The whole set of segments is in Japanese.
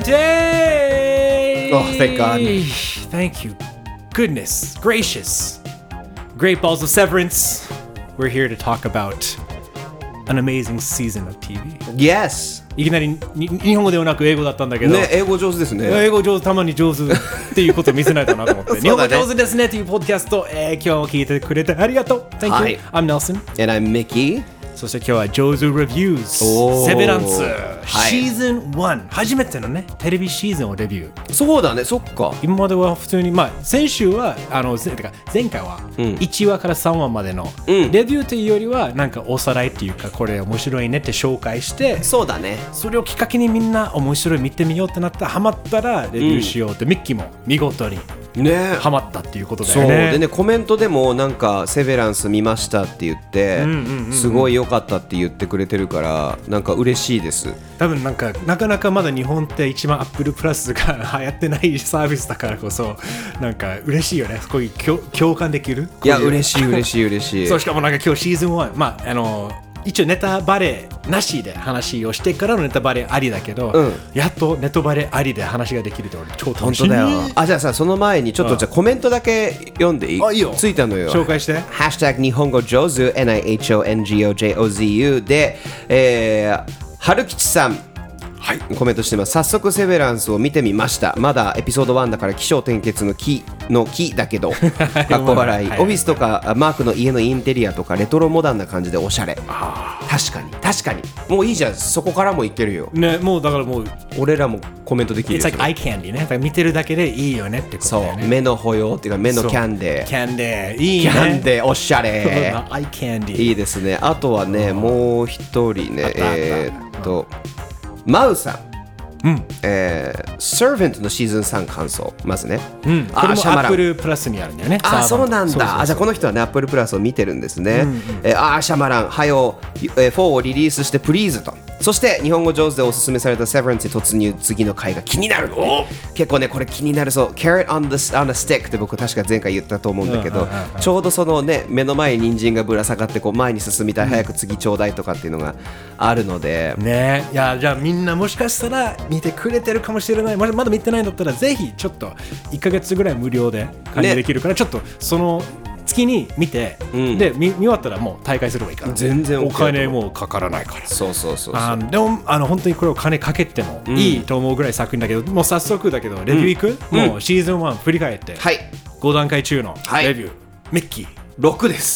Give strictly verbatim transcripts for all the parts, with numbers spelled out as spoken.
day! Oh, thank God. Thank you. Goodness gracious. Great Balls of Severance. We're here to talk about an amazing season of ティーブイ. Yes! いきなりに日本語ではなく英語だったんだけど、 ね、英語上手ですね。 英語上手、たまに上手っていうことを見せないとなと思って、 そうだね日本語上手ですねっていうポッドキャスト、えー、今日も聞いてくれてありがとう。Thank you、 はい、 I'm Nelson. And I'm Mickey. そして今日は上手レビューズ、セベランス、はい、シーズンワン、初めてのね、テレビシーズンをレビュー。 そうだね、そっか。 今までは普通に、まあ、先週は、あの、てか前回は、いちわからさんわまでの、うん、レビューというよりは、なんかおさらいっていうか、これ面白いねって紹介して、 そうだね。 それをきっかけにみんな面白い見てみようってなったら、ハマったらレビューしようって、うん、ミッキーも見事に。ね、ハマったっていうことだよね。 そうでね、コメントでもなんかセベランス見ましたって言って、うんうんうんうん、すごい良かったって言ってくれてるからなんか嬉しいです。 多分なんかなかなかまだ日本って一番アップルプラスが流行ってないサービスだからこそなんか嬉しいよね。こういう共感できる。 いや嬉しい嬉しい嬉しい。 そうしかもなんか今日シーズンワン、まああの一応ネタバレなしで話をしてからのネタバレありだけど、うん、やっとネタバレありで話ができると俺超楽しみ。 本当だよ。あ、じゃあさ、その前にちょっとじゃあコメントだけ読んでいい？ あ、いいよ。 ついたのよ。 紹介して。 ハッシュタグ日本語上手 エヌアイエイチオーエヌジーオージェーオーゼーユー で、えー、春吉さん。はい、コメントしてます。早速セベランスを見てみました。まだエピソードワンだから起承転結の木の木だけどかっこ笑い、はい、オフィスとかマークの家のインテリアとかレトロモダンな感じでおしゃれ。あ、確かに確かにもういいじゃん。そこからもいけるよね。 もうだからもう俺らもコメントできるよ。 It's like eye candy ね。だから見てるだけでいいよねってことだよね。 そう、目の保養っていうか目のキャンデー。 キャンデーいいね。 キャンデーおしゃれ Eye candy いいですね。あとはね、もう一人ね、えー、っとマウさん、うん、えー、Servant のシーズンスリー感想まずね、 うん、これも Apple プラスにあるんだよね。 あ、そうなんだ。そうそうそう。あ、じゃあこの人はね Apple プラスを見てるんですね、うんうん、えー、あーシャマランはよ、えー、フォーをリリースしてプリーズと。そして日本語上手でおすすめされた Severance に突入、次の回が気になる。結構ねこれ気になる。そう Carrot on the on a stick って僕確か前回言ったと思うんだけど、うんうんうんうん、ちょうどそのね目の前に人参がぶら下がってこう前に進みたい、うん、早く次ちょうだいとかっていうのがあるのでね。 いや、じゃあみんなもしかしたら見てくれてるかもしれない。まだまだ見てないんだったらぜひちょっといっかげつぐらい無料で管理できるから、ね、ちょっとその月に見て、うん、で 見, 見終わったらもう大会すればいいから。 全然 OK、 お金もかからないから。 そうそうそうそう。 あでもあの本当にこれを金かけてもいいと思うぐらい作品だけど、うん、もう早速だけどレビューいく、うん、もうシーズンワン振り返って、はい、ご段階中のレビュー、はい、ミッキーろくです。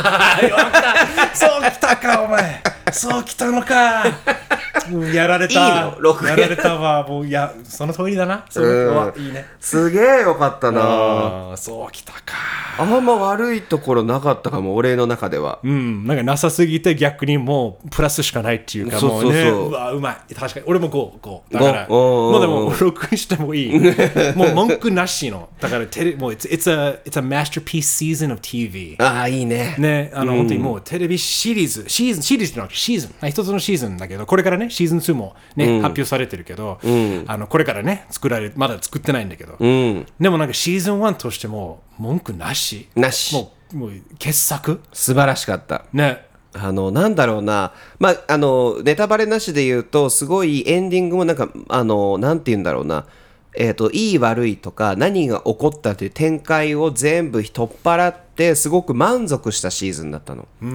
そうきたかお前。そうきたのか。やられた。いいのろくやられたわ。もういやその通りだな。そのいいね。 すげえよかったな。 あ、そうきたか。 あんま悪いところなかったかも俺の中では。 うん、なんかなさすぎて逆にもうプラスしかないっていうか。そうそうそう。もうね、うわうまい。確かに俺もご、ごだからもうでもろくにしてもいい。もう文句なしの。だからテレもう it's, it's a it's a masterpiece season of ティーブイ。 ああいいね。 ね、あの、うん、本当にもうテレビシリーズシーズンシリーズじゃなくてシーズン一つのシーズンだけどこれからねシーズンツーもね、うん、発表されてるけど、うん、あのこれからね作られまだ作ってないんだけど、うん、でもなんかシーズンワンとしても文句なしなし。 もうもう傑作。 素晴らしかったね。 あのなんだろうな、まああのネタバレなしで言うとすごいエンディングもなんかあのなんて言うんだろうな、えーと、いい悪いとか何が起こったという展開を全部取っ払ってすごく満足したシーズンだったの、うん、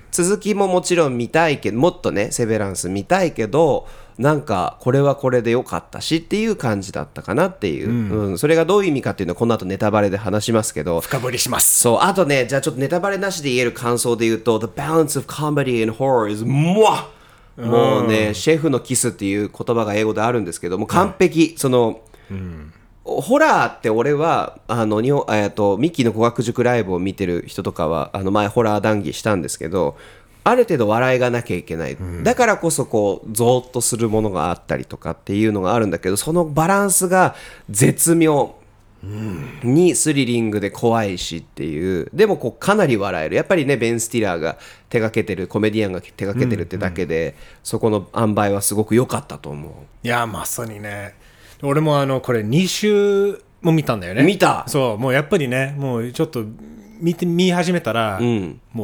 続きももちろん見たいけどもっとねセベランス見たいけどなんかこれはこれで良かったしっていう感じだったかなっていう、うんうん、それがどういう意味かっていうのはこの後ネタバレで話しますけど深掘りします。 そうあとねじゃあちょっとネタバレなしで言える感想で言うと The balance of comedy and horror is もうもうね、うん、シェフのキスっていう言葉が英語であるんですけども完璧、うん、そのうん、ホラーって俺はあの日本、えー、とミッキーの語学塾ライブを見てる人とかはあの前ホラー談義したんですけどある程度笑いがなきゃいけない、うん、だからこそこうゾーッとするものがあったりとかっていうのがあるんだけどそのバランスが絶妙にスリリングで怖いしっていうでもこうかなり笑える。やっぱりねベン・スティラーが手掛けてるコメディアンが手掛けてるってだけで、うんうん、そこの塩梅はすごく良かったと思う。 いやまさにね俺もあのこれに週も見たんだよね。 見た。 そうもうやっぱりねもうちょっと見て見始めたら、うん、もう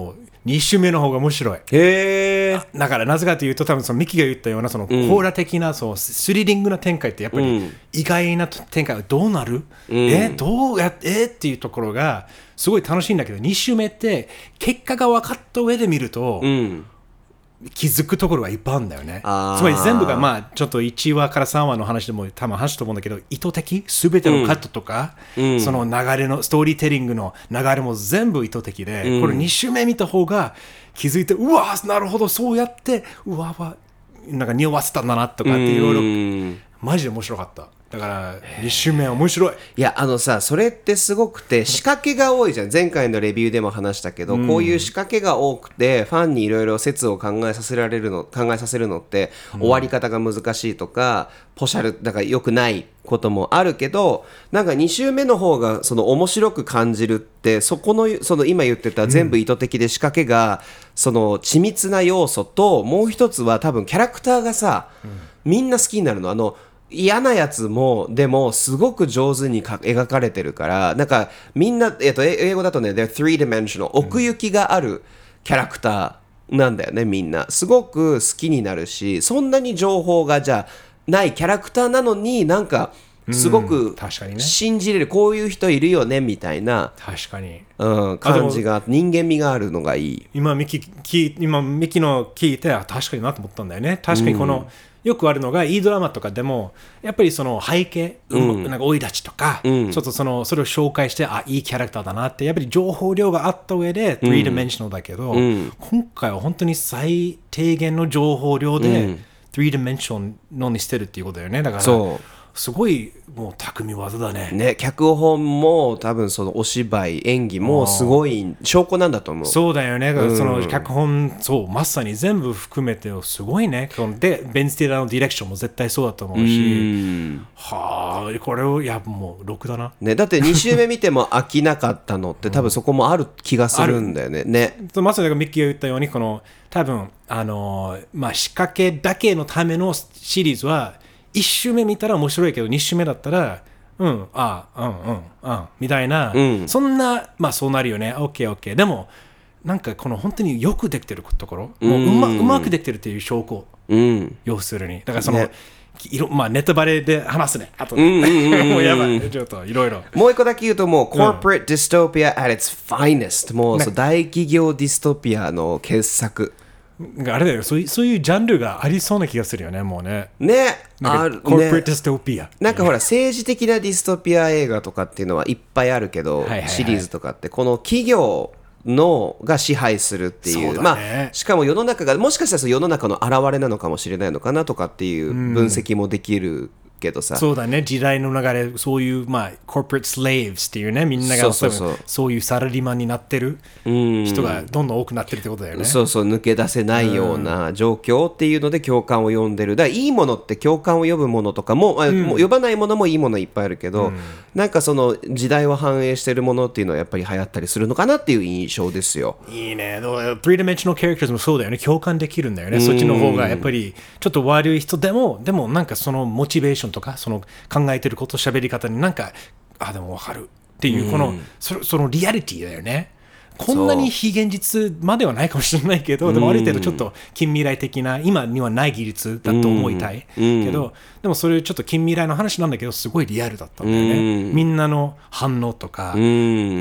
に週目の方が面白い。 へー。 だからなぜかというと、多分そのミキが言ったようなそのコーラ的な、そうスリリングな展開ってやっぱり意外な展開はどうなる、うん、えどうやえっていうところがすごい楽しいんだけど、に週目って結果が分かった上で見ると、うん、気づくところがいっぱいあるんだよね。つまり全部がまあちょっといちわからさんわの話でも多分話すと思うんだけど、意図的全てのカットとか、うん、その流れのストーリーテリングの流れも全部意図的で、うん、これに週目見た方が気づいて、うわなるほどそうやってうわわなんか匂わせたんだなとかっていろいろマジで面白かった。だからに週目は面白い。 いやあのさ、それってすごくて仕掛けが多いじゃん。前回のレビューでも話したけど、うん、こういう仕掛けが多くてファンにいろいろ説を考えさせられるの考えさせるのって、うん、終わり方が難しいとかポシャルだから良くないこともあるけど、なんかに週目の方がその面白く感じるって、そこのその今言ってた全部意図的で仕掛けがその緻密な要素と、もう一つは多分キャラクターがさ、うん、みんな好きになるの。あの嫌なやつもでもすごく上手にか描かれてるから、なんかみんな、えっと、英語だとね they're three dimensional 奥行きがあるキャラクターなんだよね。みんなすごく好きになるし、そんなに情報がじゃあないキャラクターなのになんかすごく信じれる、こういう人いるよねみたいな、 確かに、 うん、感じが、人間味があるのがいい。 今ミキ、今ミキの聞いて、あ確かになと思ったんだよね。確かにこの、うんよくあるのがいいドラマとかでもやっぱりその背景、うん、なんか生い立ちとか、うん、ちょっとそのそれを紹介して、あいいキャラクターだなって、やっぱり情報量があった上でスリーダイメンショナルだけど、うん、今回は本当に最低限の情報量でスリーダイメンショナルにしてるっていうことだよね。だからそうすごいもう匠技だね。 ね、脚本も多分そのお芝居演技もすごい証拠なんだと思う。 そうだよね。うん、その脚本そうまさに全部含めてすごいね。でベン・スティラーのディレクションも絶対そうだと思うし、うんはあこれをいやもうろくだな。 ね、だってに週目見ても飽きなかったのって多分そこもある気がするんだよね。ね。 まさにミッキーが言ったようにこの多分あのまあ仕掛けだけのためのシリーズはいち週目見たら面白いけどに週目だったらうんあうんうんうんみたいな、うん、そんなまあそうなるよね。 オーケーオーケー でもなんかこの本当によくできてるところ、もううま、うまくできてるっていう証拠、うん、要するにだからその、ねいろまあ、ネタバレで話すねあと、ねうん、もうやばいちょっといろいろもう一個だけ言うともう Corporate Dystopia at its finest、うん、もうそう大企業ディストピアの傑作。 あれだよ、そういう、そういうジャンルがありそうな気がするよね、もうね。 ね、 あるね。コーポレートディストピア。 なんかほら、政治的なディストピア映画とかっていうのはいっぱいあるけど、はいはいはい、シリーズとかって、この企業のが支配するっていう、 そうだね、 まあ、しかも世の中が、もしかしたら世の中の現れなのかもしれないのかなとかっていう分析もできる。けどさ、 そうだね、時代の流れ、そういうまあコーポレートスレイブスっていうね、みんながそうそうそう、そういうサラリーマンになってる人がどんどん多くなってるってことだよね。 そうそう、抜け出せないような状況っていうので共感を呼んでる。だからいいものって共感を呼ぶものとかも、うん、もう呼ばないものもいいものいっぱいあるけど、うん、なんかその時代を反映してるものっていうのはやっぱり流行ったりするのかなっていう印象ですよ。 いいね。スリーダイメンショナルキャラクターもそうだよね。共感できるんだよね。そっちの方がやっぱりちょっと悪い人でもでもなんかそのモチベーションとかその考えてること喋り方になんかあでも分かるっていうこの、うん、そ, そのリアリティだよね。こんなに非現実まではないかもしれないけど、でもある程度ちょっと近未来的な今にはない技術だと思いたい、うん、けどでもそれちょっと近未来の話なんだけどすごいリアルだったんだよね、うん、みんなの反応とか、うん、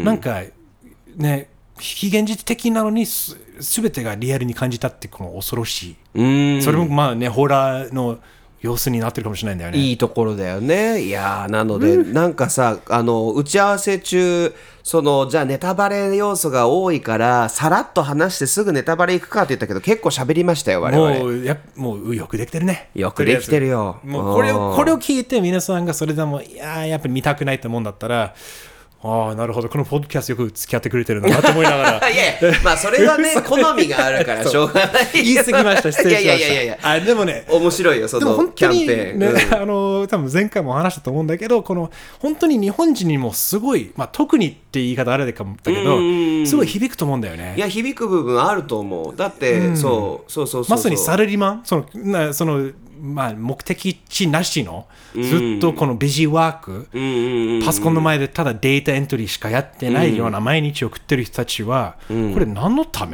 なんかね非現実的なのにす全てがリアルに感じたってこの恐ろしい、うん、それもまあねホラーの様子になってるかもしれないんだよね。 いいところだよね。いやなので、うん、なんかさあの打ち合わせ中そのじゃあネタバレ要素が多いからさらっと話してすぐネタバレいくかって言ったけど結構喋りましたよ我々。 もうやもうよくできてるね。 よくできてるよ。 もうこれをこれを聞いて皆さんがそれでもいややっぱり見たくないってもんだったら。ああなるほど、このポッドキャストよく付き合ってくれてるんだなと思いながらいやいやまあそれはね好みがあるからしょうがない言い過ぎました失礼しました。いやいやいやいやあでもね面白いよそのキャンペーン、 ねうん、あの多分前回も話したと思うんだけどこの本当に日本人にもすごい、まあ、特にって言い方あれかもだけどすごい響くと思うんだよね。 いや響く部分あると思う。だって、うん、そうそうそうそうまさにサラリーマンそのなそのまあ、目的地なしのずっとこのビジーワーク、うん、パソコンの前でただデータエントリーしかやってないような毎日を送ってる人たちは、うん、これ何のため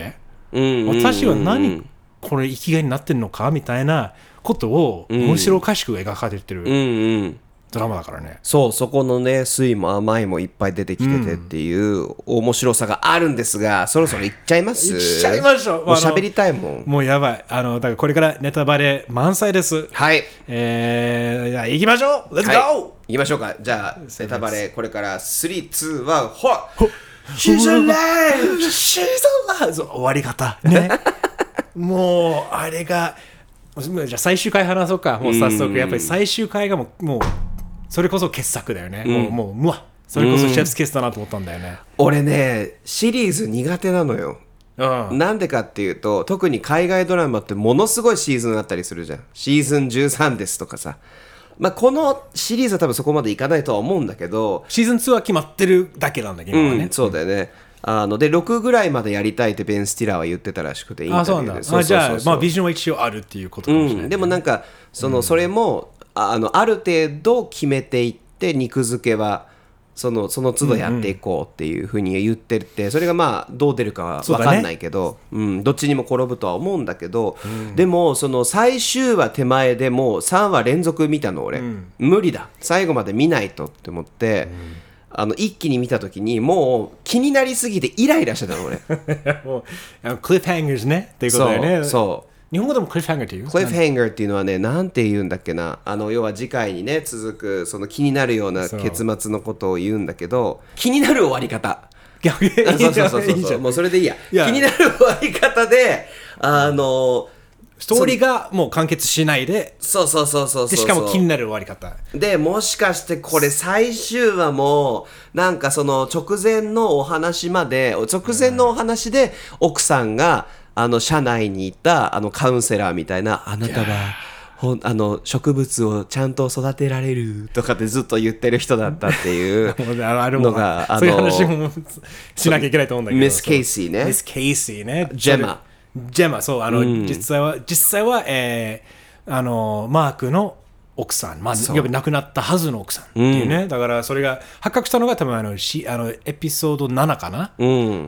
うんうんうんうん、 私は何これ生きがいになってるのかみたいなことを面白おかしく描かれてる、 うんうん、 ドラマだからね。 そう、そこのね、酸いも甘いもいっぱい出てきててっていう面白さがあるんですが、そろそろいっちゃいます。 いっちゃいましょう。 もう喋りたいもん。 もうやばい。あの、だからこれからネタバレ満載です。 はい。 えー、じゃあ行きましょう。 Let's go!、 はい、行きましょうか。じゃあ、ネタバレ、これからスリー、ツー、ワン、ほっ She's alive! She's alive! そう終わり方。ね。もう、あれが、じゃあ最終回話そうか。もう早速、やっぱり最終回がもう、もうそれこそ傑作だよね。うん、もう、もう、うわ、それこそシェフスキスだなと思ったんだよね。 俺ね、シリーズ苦手なのよ。 うん、 なんでかっていうと、特に海外ドラマってものすごいシーズンあったりするじゃん。シーズンじゅうさんですとかさ。まあ、このシリーズは多分そこまでいかないとは思うんだけど、 シーズンツーは決まってるだけなんだけどね、 うん、そうだよね。あのでろくぐらいまでやりたいってベン・スティラーは言ってたらしくて、インタビューで。あ、そうなんだ。 そうそうそうそう。あ、じゃあ、まあ、ビジョンは一応あるっていうことかもしれない、ね、 うん、でもなんかその、うん、それも あ, のある程度決めていって肉付けはそのその都度やっていこうっていうふうに言ってて、それがまあどう出るかは分かんないけど、う、ね、うん、どっちにも転ぶとは思うんだけど、うん、でもその最終話手前でもうさんわ連続見たの俺、うん、無理だ最後まで見ないとって思って、うん、あの一気に見た時にもう気になりすぎてイライラしてたの俺もうクリフハンガーズねっていうことだよね。 そうそう日本語でもクリフハンガーっていうクリフハンガーっていうのはね、なんて言うんだっけな、あの要は次回にね続くその気になるような結末のことを言うんだけど、気になる終わり方そうそうそうそうもうそれでいいや、いや気になる終わり方であのストーリーがもう完結しないで、 そうそうそうそうそう、 でしかも気になる終わり方で、もしかしてこれ最終話もなんかその直前のお話まで直前のお話で奥さんがあの社内にいたあのカウンセラーみたいな、あなたはほんあの植物をちゃんと育てられるとかってずっと言ってる人だったっていうのがそういう話もしなきゃいけないと思うんだけど、 ミス・ケイシーね、 ミス・ケイシーね、 ジェマジェマ、そう、あの、うん、実際は実際は、えー、あのマークの奥さん、まあ、やっぱ亡くなったはずの奥さんっていうね、うん、だからそれが発覚したのが多分あのしあのエピソードななかな、うん、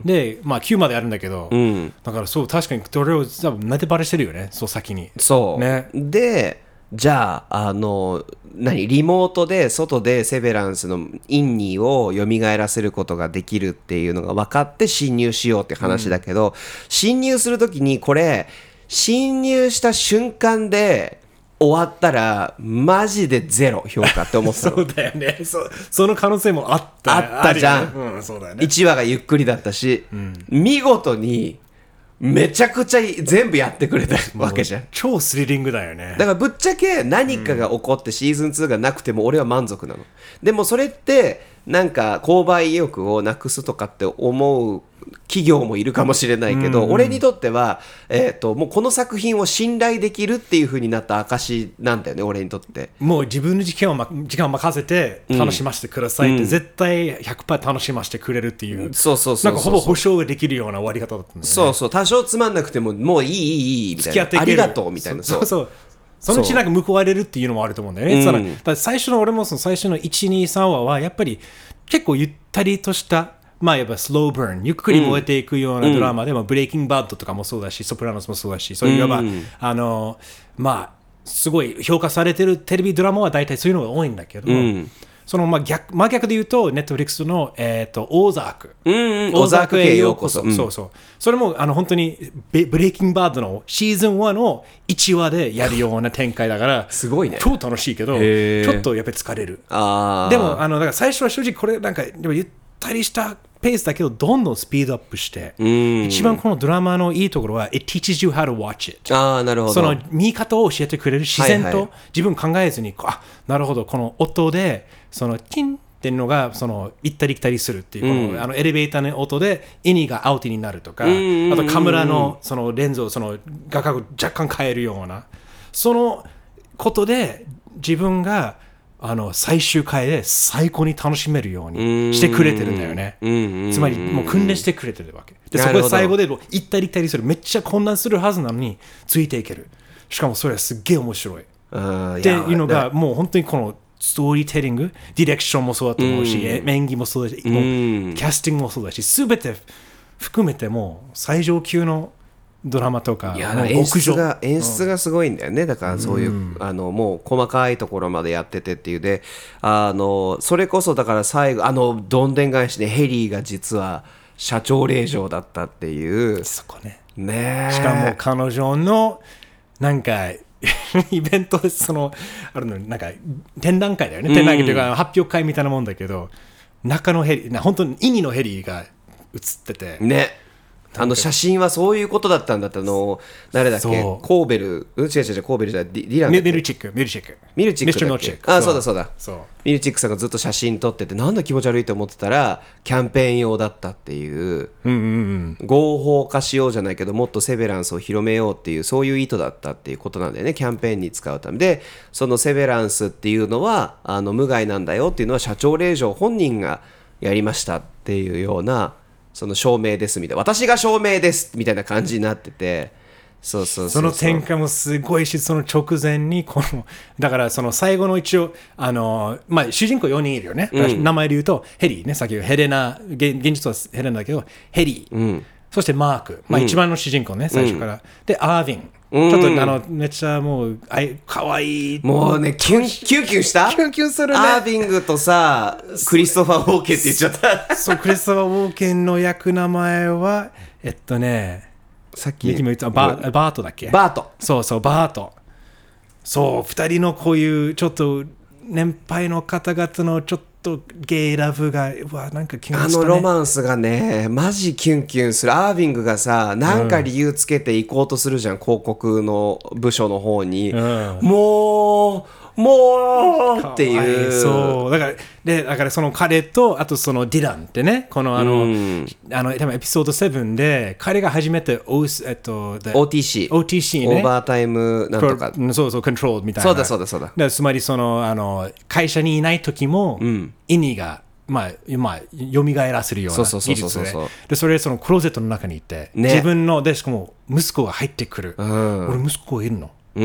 で、まあ、きゅうまであるんだけど、うん、だからそう確かにそれを多分ネタバレしてるよね、そう先に。 そう、 ね、 でじゃああの何リモートで外でセベランスのインニーを蘇らせることができるっていうのが分かって侵入しようって話だけど、うん、侵入するときにこれ侵入した瞬間で終わったらマジでゼロ評価って思ってたのそうだよね、 そ, その可能性もあったあったじゃん、 うん、そうだよね、 いちわがゆっくりだったし、うん、見事にめちゃくちゃ全部やってくれたわけじゃん。 超スリリングだよね。 だからぶっちゃけ何かが起こってシーズンツーがなくても俺は満足なの。でもそれってなんか購買意欲をなくすとかって思う企業もいるかもしれないけど、うん、俺にとっては、えーと、もうこの作品を信頼できるっていう風になった証なんだよね、俺にとって。 もう自分の時間を、ま、時間を任せて楽しませてくださいって、うん、絶対 ひゃくパーセント 楽しませてくれるっていう、 そうそうそうそう、 なんかほぼ保証ができるような終わり方だったんだよね。 そうそう、多少つまんなくてももういいいいいいみたいな、ありがとうみたいな、 そうそうそう、そのうちなんか報われるっていうのもあると思うんだよね。うん、だから最初の俺もその最初のいち、に、さんわはやっぱり結構ゆったりとしたまあやっぱスローバーン、ゆっくり燃えていくようなドラマでも、うん、ブレイキングバッドとかもそうだし、ソプラノスもそうだし、そういういわば、うん、あのまあすごい評価されてるテレビドラマは大体そういうのが多いんだけど、うん、そのまあ逆真逆で言うとネットフリックスのえっ、ー、とオーザーク、 うんうん、オーザークへようこそ、 うん、そうそう、それもあの本当にブレイキングバッドのシーズンワンのいちわでやるような展開だからすごいね、 超楽しいけどちょっとやっぱり疲れる。あでもあのだから最初は正直これなんかでもゆったりしたペースだけどどんどんスピードアップして、うん、一番このドラマのいいところは It teaches you how to watch it。 あーなるほど、 その見方を教えてくれる、自然と自分考えずに、はいはい、あなるほどこの音でそのキンっていうのがその行ったり来たりするっていう、うん、このあのエレベーターの音でイニがアウトになるとか、うん、あとカメラのそのレンズをその画角を若干変えるようなそのことで自分があの最終回で最高に楽しめるようにしてくれてるんだよね。つまりもう訓練してくれてるわけで、そこで最後で行ったり来たりする、めっちゃ混乱するはずなのについていける、しかもそれはすっげえ面白いっていうのがもう本当にこのストーリーテリング、ディレクションもそうだと思うし、演技もそうだし、もうキャスティングもそうだし、すべて含めてもう最上級のドラマとか、 いや演出が演出がすごいんだよね。だからそういう、うん、あのもう細かいところまでやっててっていうで、あのそれこそだから最後あのどんでん返しでヘリーが実は社長令嬢だったっていう。 そこね。 ねしかも彼女のなんかイベントでそのあるのなんか展覧会だよね。展覧会というか、うん、発表会みたいなもんだけど、中のヘリ、本当に意味のヘリが映ってて。 ね。あの写真はそういうことだったんだったの。誰だっけ、コーベル、うん、違う違う違う、コーベルじゃディ、ディランだっけ、 ミルチック、ミルチック、 ミルチックだっけ、あ、そうだそうだ、 そうミルチックさんがずっと写真撮ってて、なんだ気持ち悪いと思ってたらキャンペーン用だったっていう、 うんうんうん、 合法化しようじゃないけどもっとセベランスを広めようっていうそういう意図だったっていうことなんだよね。キャンペーンに使うためで、そのセベランスっていうのはあの無害なんだよっていうのは社長令嬢本人がやりましたっていうような、その証明ですみたいな、私が証明ですみたいな感じになってて、そうそうそうそう、 その展開もすごいし、その直前にこのだからその最後の一応あの、まあ、主人公よにんいるよね、うん、名前で言うとヘリーね、さっきヘレナ、現実はヘレナだけどヘリー、うん、そしてマーク、まあ、一番の主人公ね、うん、最初から、でアーヴィン、うん、ちょっとあのめっちゃもうあいかわいい、 もうねキュンキュンキュンしたキュンキュンするね。 アーヴィングとさクリストファー・ウォーケンって言っちゃったそう、クリストファー・ウォーケンの役名前はえっとねさっきミキも言ったバー、バートだっけ、 バート、 そうそうバート、そうふたりのこういうちょっと年配の方々のちょっとゲイラブが、うわ、なんかキュンしたね。 あのロマンスがねマジキュンキュンする。アーヴィングがさなんか理由つけて行こうとするじゃん、うん、広告の部署の方に、うん、もうもうっていう、 そうだからでだからその彼とあとそのディランってね、このあの、うん、あの多分エピソードセブンで彼が初めて、o えっと、 オーティーシーオーティーシー ね、 オーバータイムなんとか、 そうそうコントロールみたいな、 そうだそうだそうだ、 だつまりそのあの会社にいない時も、うん、意味がまあ、まあ、蘇らせるような技術で、でそれでそのクローゼットの中に行って、ね、自分のでしかも息子が入ってくる、うん、俺息子いるの、うん、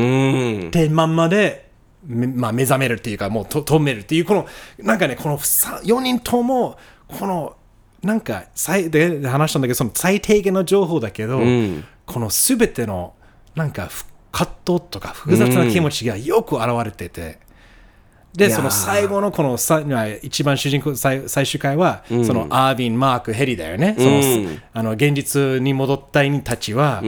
ってまんまでまあ、目覚めるっていうかもうと止めるっていうこのなんかねこのよにんともこのなんかで話したんだけどその最低限の情報だけど、うん、この全てのなんか葛藤とか複雑な気持ちがよく表れてて、うん、でその最後のこのさ一番主人公 最, 最終回は、うん、そのアーヴィン、マーク、ヘリだよね、その、うん、あの現実に戻った人たちは、うん、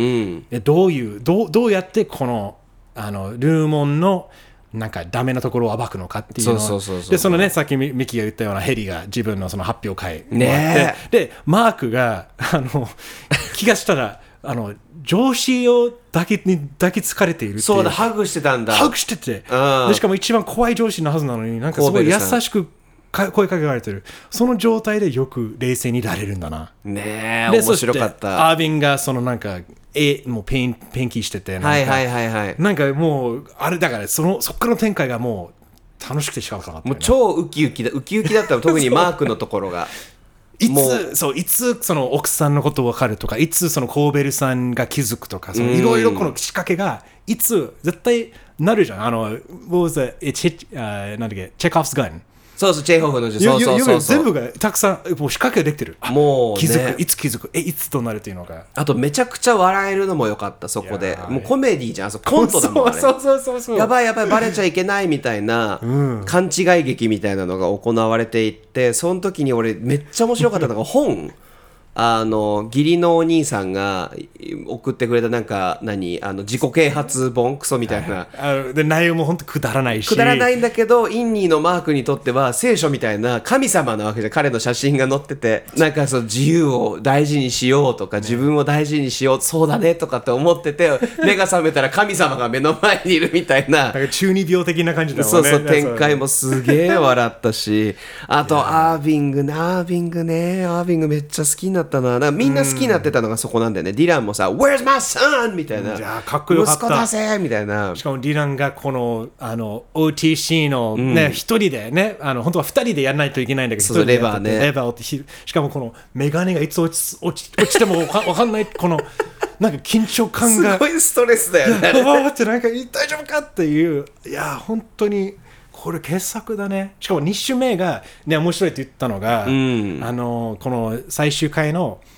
どういうどうどうやってこのあのルーモンのなんかダメなところを暴くのかっていうのは、そうそうそうそう、でそのねさっきミキが言ったようなヘリが自分のその発表会にあって、でマークがあの気がしたらあの上司を抱きに抱きつかれているっていう、 そうだハグしてたんだ、 ハグしてて、でしかも一番怖い上司のはずなのになんかすごい優しく声かけられてる、その状態でよく冷静にいられるんだな。 ねえ面白かった。 アーヴィンがそのなんかえもうペンペンキしててなんか、 はいはいはいはい、 なんかもうあれだからそのそっからの展開がもう楽しくて仕方なかった、ね、 もう超ウキウキだウキウキだったの特にマークのところがいつそういつその奥さんのこと分かるとか、いつそのコーベルさんが気づくとか、いろいろこの仕掛けがいつ絶対なるじゃん。あの What was the It's uh, なんだっけチェコフスガン、 そうそうチェーホフのそうそうそう全部がたくさんもう仕掛けができてる。 もう、ね、 気づくいつ気づくえいつとなるっていうのが、 あとめちゃくちゃ笑えるのも良かった。そこでもうコメディじゃん、そうコントだもんね。 そうそうそうそう、 やばいやばいバレちゃいけないみたいな、うん、勘違い劇みたいなのが行われていって、その時に俺めっちゃ面白かったのが本あの義理のお兄さんが送ってくれたなんか何あの自己啓発本クソみたいな、 あで内容も本当くだらないしくだらないんだけど、インニーのマークにとっては聖書みたいな神様なわけじゃん。彼の写真が載ってて、なんかその自由を大事にしようとか自分を大事にしよう、そうだねとかって思ってて、目が覚めたら神様が目の前にいるみたいな、 なんか中二病的な感じだもんね。 そうそう展開もすげえ笑ったしあとアーヴィングねアーヴィングねアーヴィングめっちゃ好きになったな。なんかみんな好きになってたのがそこなんだよね。ディランもさ Where's my son? みたいな、 いやかっこよかった、 息子だぜみたいな。 しかもディランがこのあの オーティーシー のね、うん、一人でね、あの本当は二人でやらないといけないんだけど、 そうレバーねレバーをしかもこのメガネがいつ落ち落ち落ちてもわか, かんないこのなんか緊張感がすごいストレスだよね。 わーってなんか大丈夫かっていう、いや本当にこれ傑作だね。しかもに週目がね面白いって言ったのが、うん、あのこの最終回の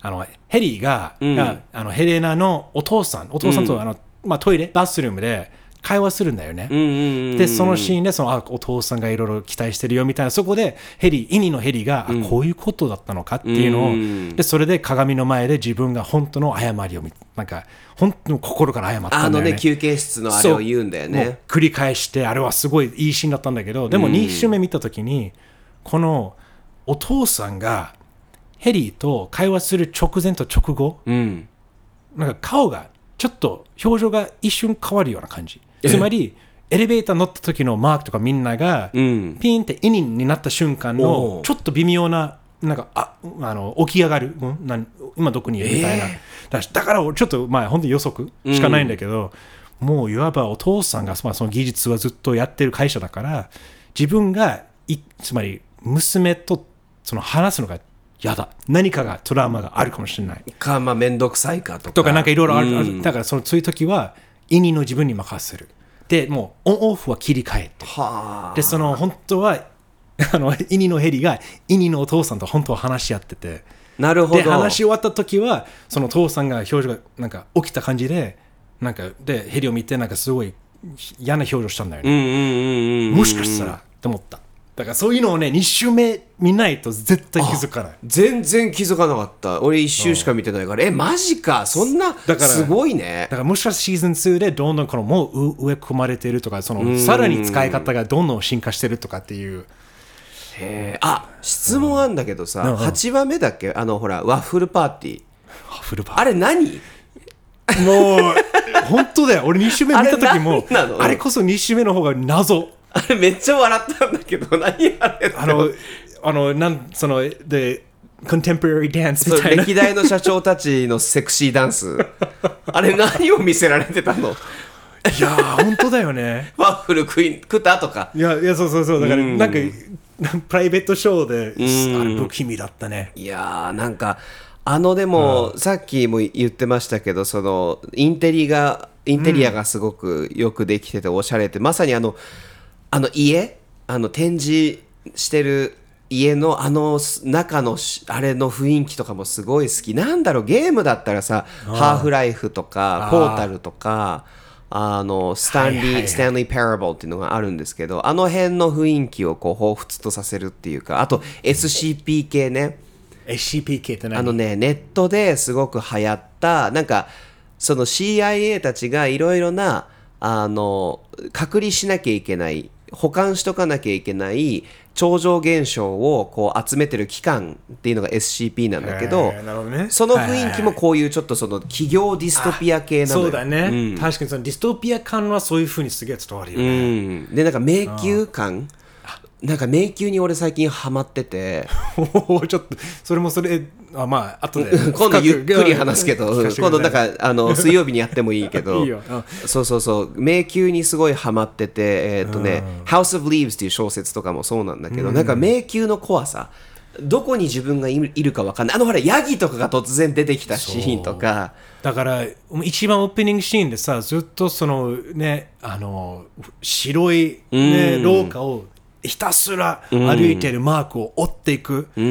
あのヘリーが、 うん、 があのヘレナのお父さんお父さんと、うん、あのまあ、トイレバスルームで会話するんだよね、 うんうんうんうん、 でそのシーンでそのあお父さんがいろいろ期待してるよみたいな、そこでヘリーイニのヘリーが、うん、あこういうことだったのかっていうのを、うん、でそれで鏡の前で自分が本当の誤りをなんか本当の心から謝ったんだよね。 あのね休憩室のあれを言うんだよね。 繰り返してあれはすごいいいシーンだったんだけど、でもに週目見た時にこのお父さんがヘリーと会話する直前と直後、うん、なんか顔がちょっと表情が一瞬変わるような感じ。つまりエレベーター乗った時のマークとかみんながピーンってイニになった瞬間のちょっと微妙ななんかああの起き上がる、うん、なん今どこにいるみたいな、えー、だからちょっとまあ本当に予測しかないんだけど、うん、もういわばお父さんが、まあ、その技術はずっとやってる会社だから自分がいつまり娘とその話すのがやだ、何かがトラウマがあるかもしれないか、まあ面倒くさいかとかとかなんかいろいろある、うん、だからそのそういう時はイニの自分に任せるでもうオンオフは切り替えて、はでその本当はあのイニのヘリがイニのお父さんと本当は話し合ってて、 なるほど。 で話し終わった時はその父さんが表情がなんか起きた感じでなんかでヘリを見てなんかすごい嫌な表情したんだよね、うんうんうんうん、もしかしたらって思った。だからそういうのをねに週目見ないと絶対気づかない。 全然気づかなかった。俺いち週しか見てないから、えマジかそんなすごいね。 だからもしかしたらシーズンツーでどんどんこのもう植え込まれているとかそのさらに使い方がどんどん進化してるとかっていう。 へあ質問あんだけどさ、うん、はちわめだっけあのほらワッフルパーティーワッフルパーティーあれ何もう本当だよ。俺に週目見た時も あ, れあれこそに週目の方が謎。 あれめっちゃ笑ったんだけど何あれあのあのなんそのでコンテンポラリーダンスみたいな歴代の社長たちのセクシーダンスあれ何を見せられてたの。 いや本当だよね。 ワッフル食い食ったとか。 いやいやそうそうそうだからなんかプライベートショーであれ不気味だったね。 いやーなんかあのでも、うん、さっきも言ってましたけどそのインテリがインテリアがすごくよくできてておしゃれで、うん、まさにあのあの家あの展示してる家のあの中のあれの雰囲気とかもすごい好きなんだろう。ゲームだったらさハーフライフとかポータルとかあのスタンリー、はいはいはい、スタンリー・パラボルっていうのがあるんですけどあの辺の雰囲気をこう彷彿とさせるっていうかあと エスシーピー 系ね。 エスシーピー 系って何？ あのねネットですごく流行ったなんかその シーアイエー たちがいろいろなあの隔離しなきゃいけない保管しとかなきゃいけない超常現象をこう集めてる機関っていうのが エスシーピー なんだけど、 なるほどね、 その雰囲気もこういうちょっとその企業ディストピア系なのよ。 そうだね、うん、確かにそのディストピア感はそういう風にすげえ伝わるよね、 うん、でなんか迷宮感なんか迷宮に俺最近ハマっててちょっとそれもそれあまあ後で今度ゆっくり話すけど今度なんかあの水曜日にやってもいいけどいいよ、そうそうそう迷宮にすごいハマっててえー、っとね House of Leaves っていう小説とかもそうなんだけど、うん、なんか迷宮の怖さどこに自分がいるか分かんないあのほらヤギとかが突然出てきたシーンとかだから一番オープニングシーンでさずっとそのねあの白い、ね、廊下をひたすら歩いてるマークを追っていく、うん、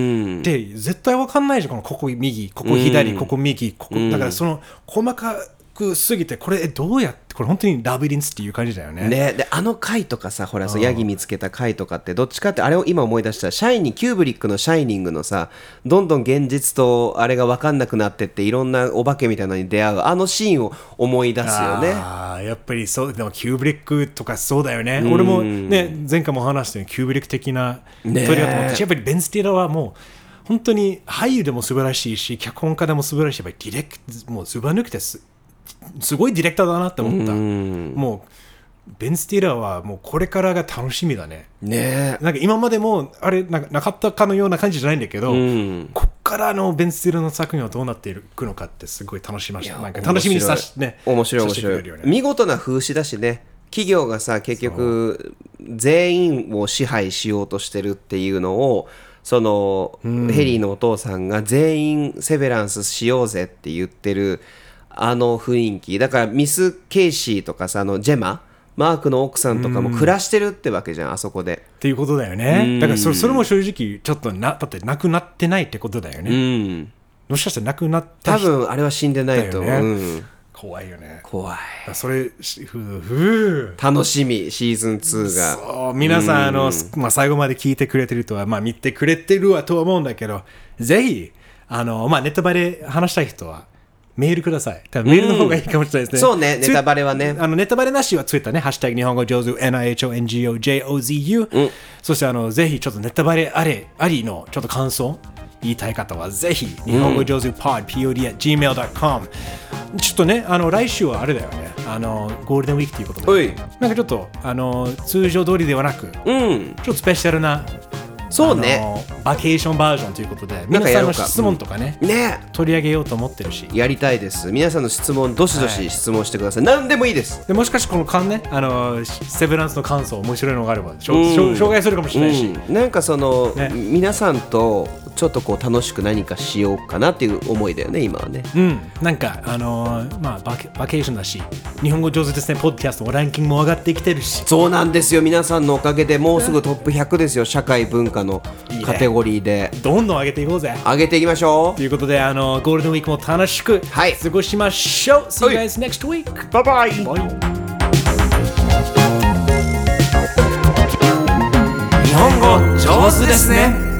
で絶対分かんないじゃんここ右ここ左、うん、ここ右ここ、うん、だからその細かくすぎてこれどうやってこれ本当にラビリンスっていう感じだよね。 ねであの回とかさほらそうヤギ見つけた回とかってどっちかってあれを今思い出したシャイニングキューブリックのシャイニングのさどんどん現実とあれが分かんなくなってっていろんなお化けみたいなのに出会うあのシーンを思い出すよね。 あやっぱりそうでもキューブリックとかそうだよね、うん、俺もね前回も話したようにキューブリック的な撮り方もやっぱりベン・スティラーはもう本当に俳優でも素晴らしいし脚本家でも素晴らしいしディレクトもうずば抜けてすすごいディレクターだなって思った。もうベン・スティラーはもうこれからが楽しみだね。 ねなんか今までもあれなんかなかったかのような感じじゃないんだけど、うん、こっからのベン・スティラーの作品はどうなっていくのかってすごい楽しみました。なんか楽しみにさしね面白い面白い、ね、見事な風刺だしね。企業がさ結局全員を支配しようとしてるっていうのをその、うん、ヘリーのお父さんが全員セベランスしようぜって言ってるあの雰囲気だからミス・ケイシーとかさあのジェママークの奥さんとかも暮らしてるってわけじゃん、うん、あそこでっていうことだよね。だからそれ、それも正直ちょっとなだってなくなってないってことだよね、うん、 もしかしたら亡くなった人多分あれは死んでないと思う、ねうん、 怖いよね怖いそれふふ楽しみシーズンツーがそう皆さん、あのまあ、最後まで聞いてくれてるとは、まあ、見てくれてるわとは思うんだけどぜひあの、まあ、ネタバレ話したい人はメールください。多分メールの方がいいかもしれないですね。 そうね、ネタバレはね。 あのネタバレなしはツイッターね、ハッシュタグ日本語上手 エヌアイエイチオーエヌジーオージェイオーゼットユー、うん、そしてあのぜひちょっとネタバレあれありのちょっと感想言いたい方はぜひ日本語上手 pod、うん、pod atジーメールドットコム ちょっとね、あの来週はあれだよね、あのゴールデンウィークということで、なんかちょっとあの通常通りではなく、うん、ちょっとスペシャルなそうね、 バケーションバージョンということで皆さんの質問とかね、 うん、ね取り上げようと思ってるしやりたいです。皆さんの質問どしどし質問してください、はい、何でもいいです。 でもしかしこの間ね、あのセブランスの感想面白いのがあれば紹介するかもしれないし、 うん、なんかその、ね、皆さんとちょっとこう楽しく何かしようかなっていう思いだよね今はね。 うんなんかあのー、まあバケ、バケーションだし日本語上手ですねポッドキャストもランキングも上がってきてるし。 そうなんですよ、皆さんのおかげでもうすぐトップひゃくですよ、社会文化のカテゴリーで。 いいね、どんどん上げていこうぜ。 上げていきましょうということであのゴールデンウィークも楽しく過ごしましょう、はい、See you guys next week. Bye bye. Bye. 日本語上手ですね。